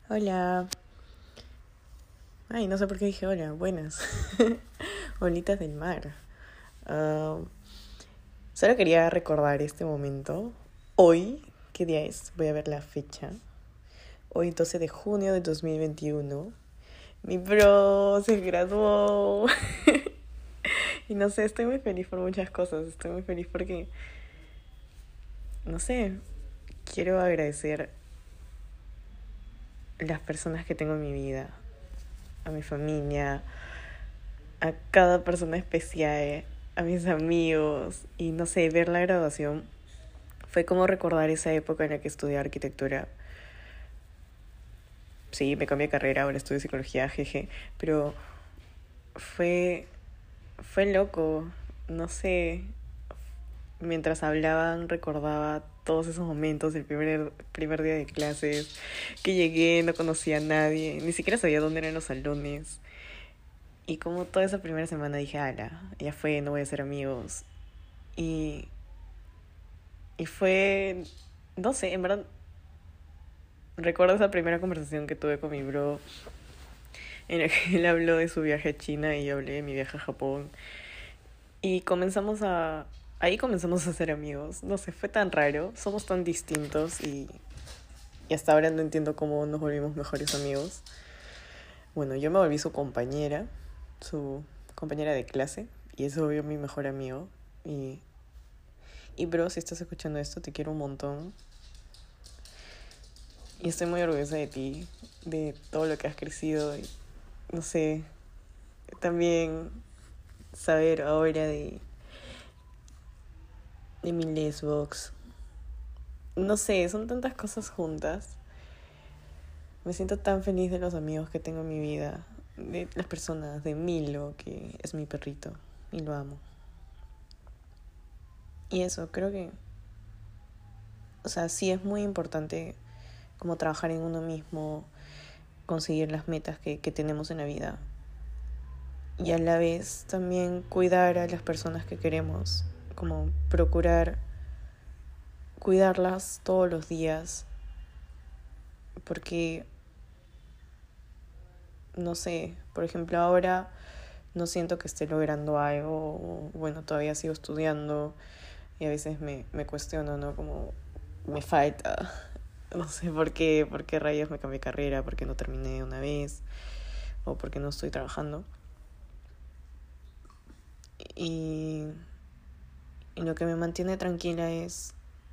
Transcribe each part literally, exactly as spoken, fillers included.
Hola. Ay, no sé por qué dije hola. Buenas. Bolitas del mar. Ah, Solo quería recordar este momento. Hoy, ¿qué día es? Voy a ver la fecha. Hoy, doce de junio de dos mil veintiuno. Mi bro se graduó. Y no sé, estoy muy feliz por muchas cosas. Estoy muy feliz porque, no sé, quiero agradecer las personas que tengo en mi vida. A mi familia, a cada persona especial, a mis amigos. Y no sé, ver la graduación fue como recordar esa época en la que estudié arquitectura. Sí, me cambié de carrera, ahora estudio psicología, jeje. Pero fue, fue loco, no sé. Mientras hablaban recordaba todos esos momentos, el primer, primer día de clases, que llegué, no conocía a nadie, ni siquiera sabía dónde eran los salones. Y como toda esa primera semana dije, ala, ya fue, no voy a hacer amigos. Y, y fue, no sé, en verdad, recuerdo esa primera conversación que tuve con mi bro, en la que él habló de su viaje a China y yo hablé de mi viaje a Japón. Y comenzamos a... Ahí comenzamos a ser amigos. No sé, fue tan raro. Somos tan distintos y, y hasta ahora no entiendo cómo nos volvimos mejores amigos. Bueno, yo me volví su compañera, su compañera de clase, y eso volvió mi mejor amigo. Y, y bro, si estás escuchando esto, te quiero un montón. Y estoy muy orgullosa de ti, de todo lo que has crecido. Y, no sé, también saber ahora de, de mi Lesbox. No sé, son tantas cosas juntas. Me siento tan feliz de los amigos que tengo en mi vida, de las personas, de Milo, que es mi perrito, y lo amo. Y eso, creo que, o sea, sí es muy importante como trabajar en uno mismo, conseguir las metas que, que tenemos en la vida. Y a la vez también cuidar a las personas que queremos, como procurar cuidarlas todos los días, porque, no sé, por ejemplo, ahora no siento que esté logrando algo, o, bueno, todavía sigo estudiando y a veces me, me cuestiono, ¿no? Como me falta, no sé por qué, por qué rayos me cambié de carrera, por qué no terminé una vez, o por qué no estoy trabajando. Y, y lo que me mantiene tranquila es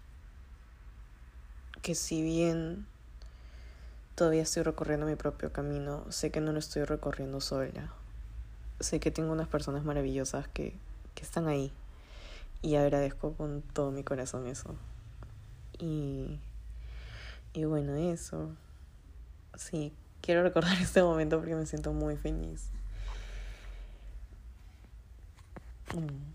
que si bien todavía estoy recorriendo mi propio camino, sé que no lo estoy recorriendo sola. Sé que tengo unas personas maravillosas que, que están ahí. Y agradezco con todo mi corazón eso. Y, y bueno, eso. Sí, quiero recordar este momento porque me siento muy feliz. Mm.